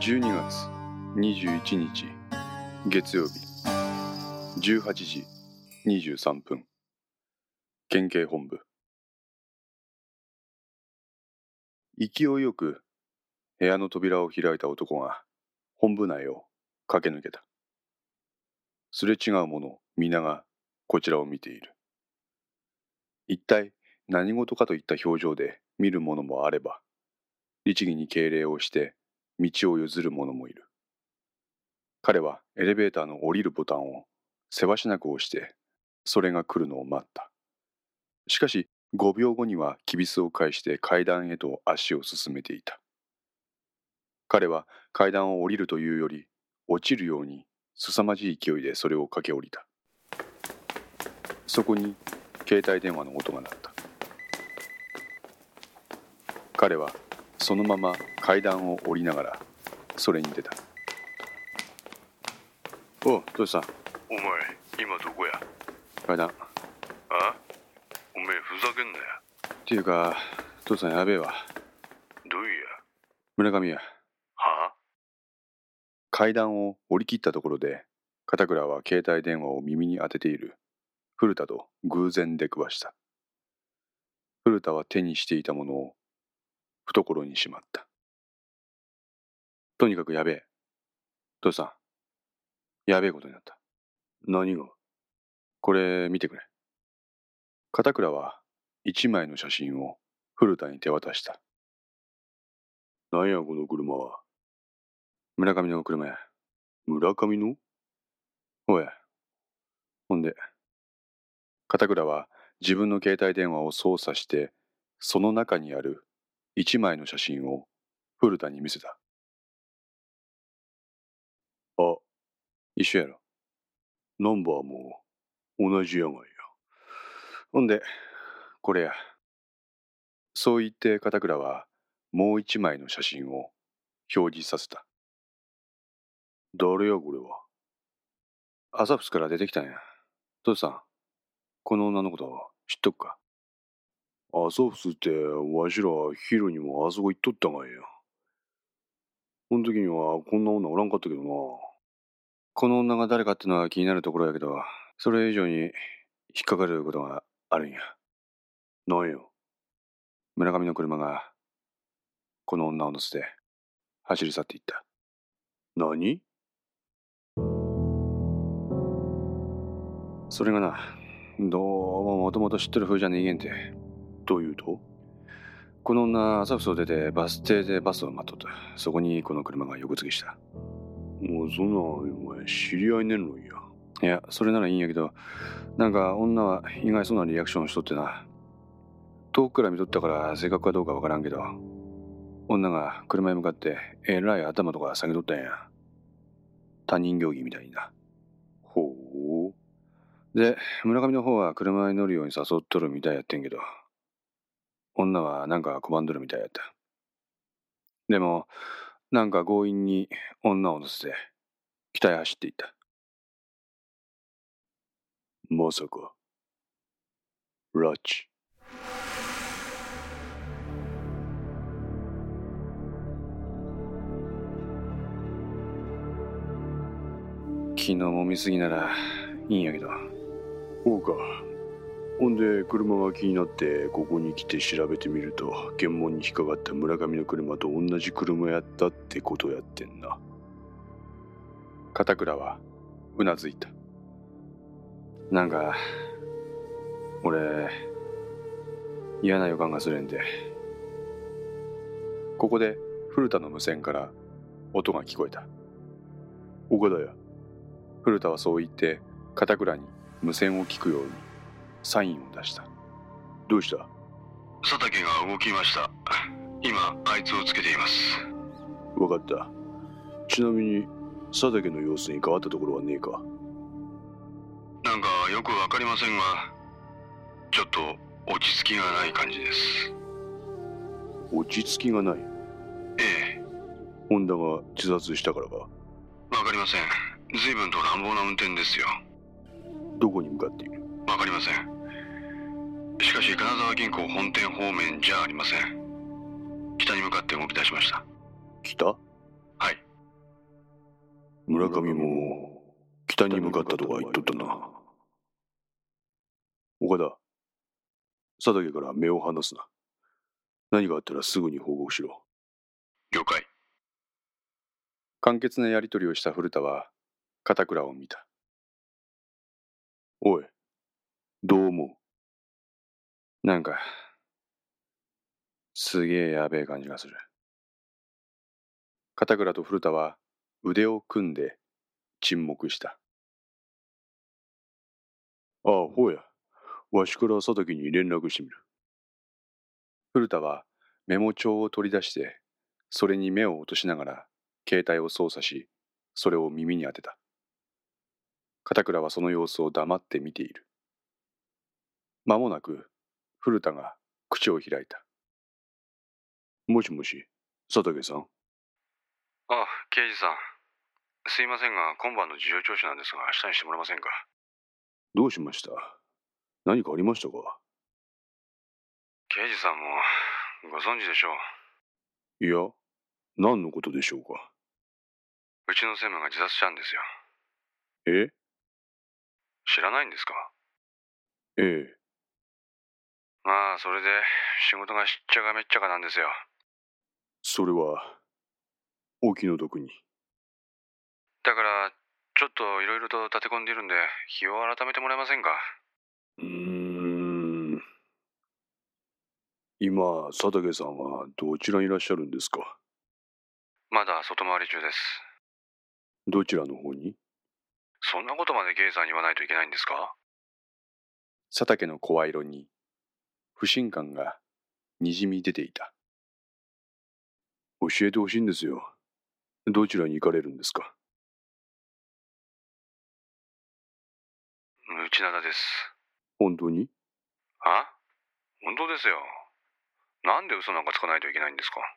12月21日月曜日18時23分県警本部。勢いよく部屋の扉を開いた男が本部内を駆け抜けた。すれ違う者皆がこちらを見ている。一体何事かといった表情で見る者もあれば、律儀に敬礼をして道を譲る者もいる。彼はエレベーターの降りるボタンをせわしなく押して、それが来るのを待った。しかし5秒後にはきびすを返して階段へと足を進めていた。彼は階段を降りるというより落ちるように凄まじい勢いでそれを駆け下りた。そこに携帯電話の音が鳴った。彼はそのまま階段を降りながらそれに出た。おう、どうした？ お前今どこや？ 階段。 あ？おめえふざけんなよ。 っていうか父さんやべえわ。 どういや？ 村上や。 はあ？ 階段を降り切ったところで片倉は携帯電話を耳に当てている古田と偶然出くわした。古田は手にしていたものを懐にしまった。とにかくやべえ。父さん、やべえことになった。 何が？ これ見てくれ。片倉は一枚の写真を古田に手渡した。 何やこの車は？ 村上の車や。 村上の？ おい。ほんで、片倉は自分の携帯電話を操作して、その中にある一枚の写真を古田に見せた。 あ、 一緒やろ。 ナンバーも同じやがいや。 ほんで、これや。そう言って片倉はもう一枚の写真を表示させた。 誰やこれは？ 朝伏から出てきたんや。父さん、この女のこと知っとくか？ 朝伏ってわしら昼にもあそこ行っとったがいや。この時にはこんな女おらんかったけどな。 この女が誰かってのは気になるところやけど、それ以上に引っかかることがあるんや。 なんや？ 村上の車がこの女を乗せて走り去っていった。 何？ それがな、どうももともと知ってる風じゃねえげんて。 というと？ この女、朝伏を出てバス停でバスを待っとった。そこにこの車が横付けした。 もうそんなんお前知り合いねんのんや。 いや、それならいいんやけど、なんか女は意外そうなリアクションしとってな。遠くから見とったから正確かどうかわからんけど、女が車へ向かってえらい頭とか下げとったんや。他人行儀みたいにな。 ほう。で、村上の方は車に乗るように誘っとるみたいやってんけど、女はなんか拒んどるみたいやった。でも、なんか強引に女を乗せて北へ走っていった。 まさか拉致？ 昨日も見すぎならいいんやけど。 ほうか。ほんで車が気になってここに来て調べてみると、検問に引っかかった村上の車と同じ車やったってことやってんな。 片倉はうなずいた。なんか俺嫌な予感がするんで。ここで古田の無線から音が聞こえた。 岡田や。 古田はそう言って片倉に無線を聞くようにサインを出した。 どうした？ 佐竹が動きました。今あいつをつけています。 わかった。ちなみに佐竹の様子に変わったところはねえか？ なんかよくわかりませんが、ちょっと落ち着きがない感じです。 落ち着きがない？ ええ。 本田が自殺したからか？ わかりません。随分と乱暴な運転ですよ。 どこに向かっている？ わかりません。しかし金沢銀行本店方面じゃありません。北に向かって動き出しました。 北？ はい。 村上も北に向かったとか言っとったな。岡田、佐竹から目を離すな。何があったらすぐに報告しろ。 了解。 簡潔なやり取りをした古田は片倉を見た。 おい、どう思なんかすげえやべえ感じがする。片倉と古田は腕を組んで沈黙した。 う？ああ、ほうや。わしから佐竹に連絡してみる。 古田はメモ帳を取り出してそれに目を落としながら携帯を操作し、それを耳に当てた。片倉はその様子を黙って見ている。間もなく古田が口を開いた。 もしもし、佐竹さん？ あ、刑事さん。すいませんが、今晩の事情聴取なんですが、明日にしてもらえませんか？ どうしました？何かありましたか？ 刑事さんもご存知でしょう。 いや、何のことでしょうか？ うちの専務が自殺したんですよ。 え？ 知らないんですか？ ええ。 まあ、それで仕事がしっちゃかめっちゃかなんですよ。 それは、お気の毒に。 だから、ちょっといろいろと立て込んでいるんで、日を改めてもらえませんか？ 今、佐竹さんはどちらにいらっしゃるんですか？ まだ外回り中です。 どちらの方に？ そんなことまで刑事さんに言わないといけないんですか？ 佐竹の声色に不信感がにじみ出ていた。 教えてほしいんですよ。どちらに行かれるんですか？ 内灘です。 本当に？ あ？本当ですよ。なんで嘘なんかつかないといけないんですか？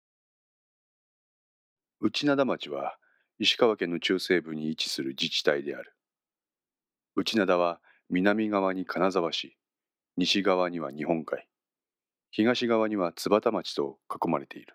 内灘町は石川県の中西部に位置する自治体である。内灘は南側に金沢市、西側には日本海、東側には津幡町と囲まれている。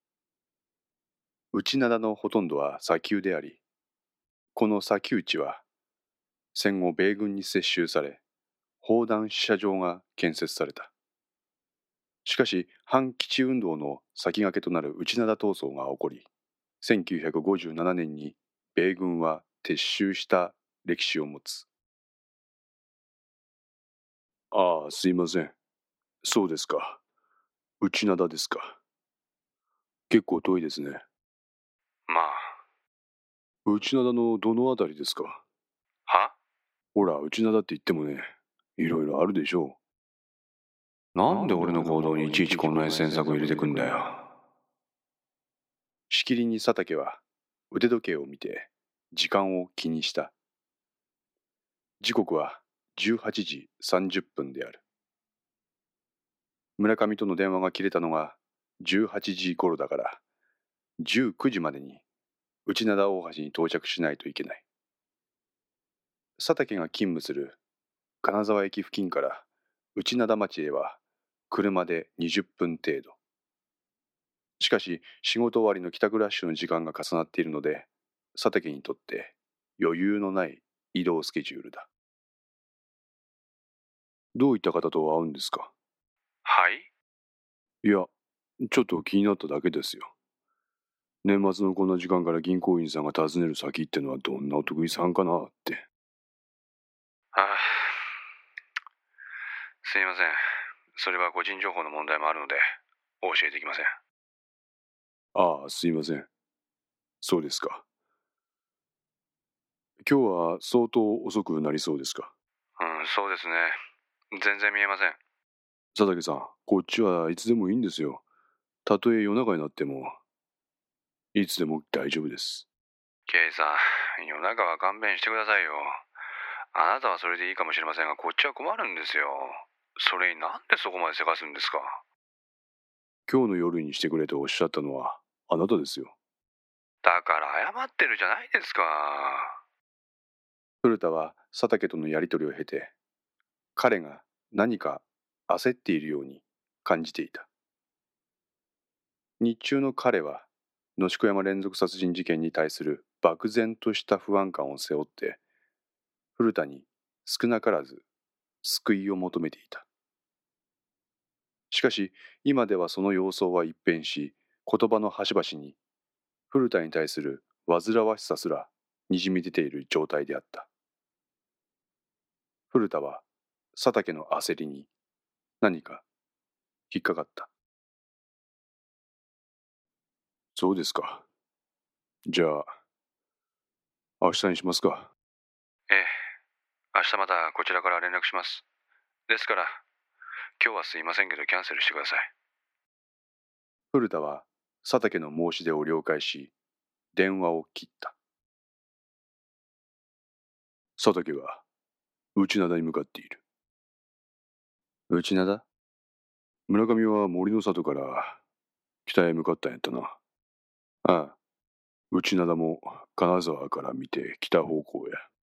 内灘のほとんどは砂丘であり、この砂丘地は戦後米軍に接収され、砲弾試射場が建設された。しかし反基地運動の先駆けとなる内灘闘争が起こり、1957年に米軍は撤収した歴史を持つ。 ああ、すいません。そうですか。内灘ですか。結構遠いですね。 まあ。 内灘のどのあたりですか？ は？ ほら、内灘って言ってもね、いろいろあるでしょなんで俺の行動にいちいちこんな詮索を入れてくんだよ。しきりに佐竹は腕時計を見て時間を気にした。時刻は18時30分である。村上との電話が切れたのが18時頃だから、19時までに内灘大橋に到着しないといけない。佐竹が勤務する金沢駅付近から内灘町へは車で20分程度。しかし仕事終わりの帰宅ラッシュの時間が重なっているので、佐竹にとって余裕のない移動スケジュールだ。 どういった方と会うんですか？ はい？ いや、ちょっと気になっただけですよ。年末のこんな時間から銀行員さんが訪ねる先ってのはどんなお得意さんかなって。 ああ。すいません。それは個人情報の問題もあるので、お教えできません。 ああ、すいません。そうですか。今日は相当遅くなりそうですか？ そうですね。全然見えません。 佐竹さん、こっちはいつでもいいんですよ。たとえ夜中になっても、いつでも大丈夫です。 刑事さん、夜中は勘弁してくださいよ。あなたはそれでいいかもしれませんが、こっちは困るんですよ。それになんでそこまでせかすんですか？ 今日の夜にしてくれとおっしゃったのはあなたですよ。 だから謝ってるじゃないですか。 古田は佐竹とのやり取りを経て、彼が何か焦っているように感じていた。日中の彼は野宿山連続殺人事件に対する漠然とした不安感を背負って古田に少なからず救いを求めていた。しかし今ではその様相は一変し、言葉の端々に古田に対する煩わしさすらにじみ出ている状態であった。古田は佐竹の焦りに何か引っかかった。 そうですか。じゃあ明日にしますか。 ええ、明日またこちらから連絡します。ですから今日はすいませんけどキャンセルしてください。 古田は佐竹の申し出を了解し、電話を切った。 佐竹は内灘に向かっている。 内灘？ 村上は森の里から北へ向かったんやったな。 ああ。 内灘も金沢から見て北方向や。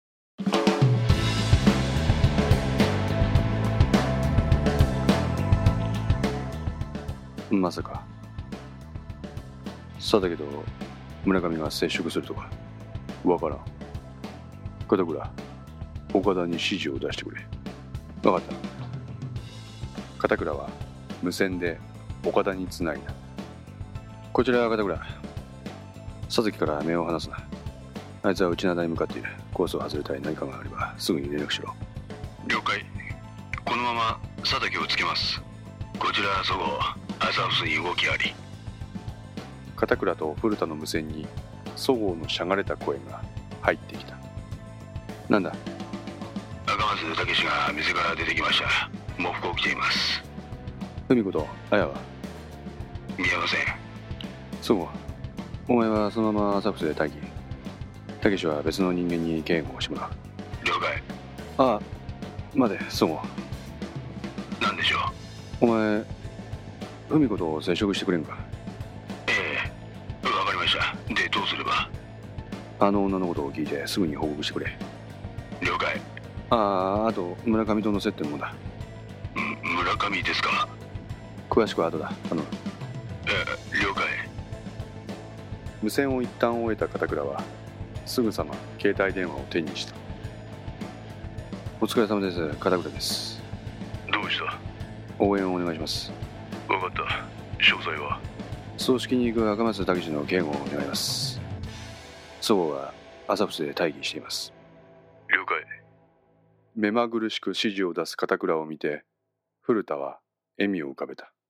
まさか佐竹と村上が接触するとか？ わからん。片倉、岡田に指示を出してくれ。 わかった。片倉は無線で岡田につないだ。こちらは片倉。佐竹から目を離すな。あいつは内灘に向かっている。コースを外れたい何かがあればすぐに連絡しろ。 了解。このまま佐竹をつけます。こちらはそごう、朝伏に動きあり。 片倉と古田の無線にそごうのしゃがれた声が入ってきた。なんだ？ 赤松武史が店から出てきました。喪服を着ています。 文子と綾は？ 見えません。 そごう、お前はそのまま朝伏で待機。武史は別の人間に警護をしてもらう。 了解。 ああ、待て、そごう。 何でしょう。お前、文子と接触してくれんか？ ええ、わかりました。で、どうすれば？ あの女のことを聞いてすぐに報告してくれ。 了解。 あと村上との接点もだ。 村上ですか？ 詳しくは後だ。頼む。 了解。 無線を一旦終えた片倉はすぐさま携帯電話を手にした。お疲れ様です。片倉です。 どうした？ 応援をお願いします。 分かった。詳細は？ 葬式に行く赤松武史の警護を願います。そごうは朝伏で待機しています。 了解。 目まぐるしく指示を出す片倉を見て古田は笑みを浮かべた。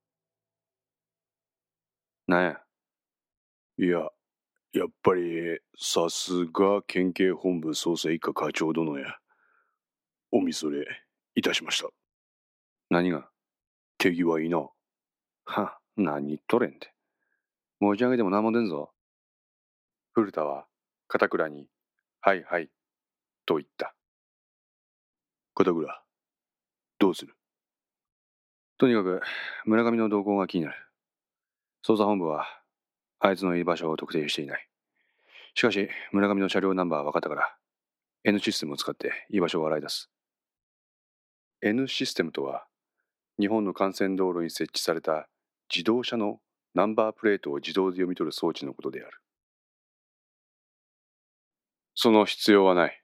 なんや？ いや、やっぱりさすが県警本部捜査一課課長殿や。おみそれいたしました。 何が？ 手際いいな。 は、何言っとれんて。持ち上げても何も出んぞ。古田は片倉にはいはいと言った。 片倉、どうする？ とにかく村上の動向が気になる。捜査本部はあいつの居場所を特定していない。しかし村上の車両ナンバーは分かったから N システムを使って居場所を洗い出す。 N システムとは日本の幹線道路に設置された自動車のナンバープレートを自動で読み取る装置のことである。その必要はない。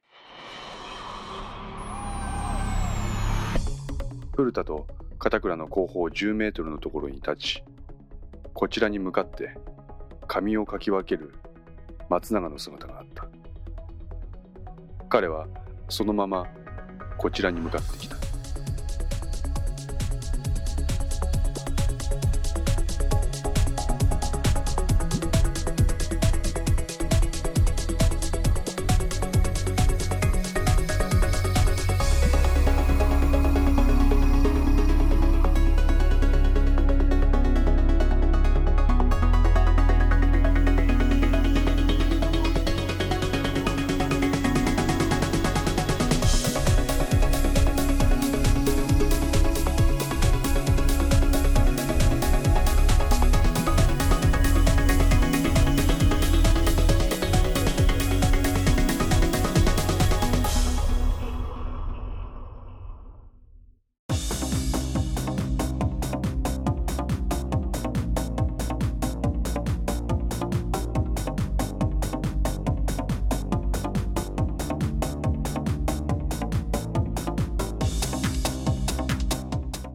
古田と片倉の後方10メートルのところに立ち、こちらに向かって髪をかき分ける松永の姿があった。彼はそのままこちらに向かってきた。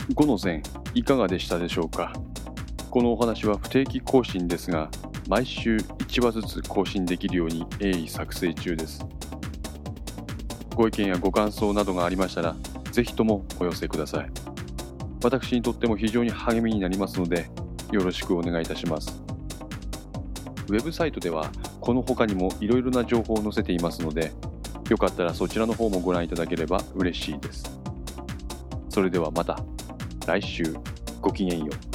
5の線いかがでしたでしょうか。このお話は不定期更新ですが、毎週1話ずつ更新できるように鋭意作成中です。ご意見やご感想などがありましたら、ぜひともお寄せください。私にとっても非常に励みになりますので、よろしくお願いいたします。ウェブサイトではこの他にもいろいろな情報を載せていますので、よかったらそちらの方もご覧いただければ嬉しいです。それではまた来週、ごきげんよう。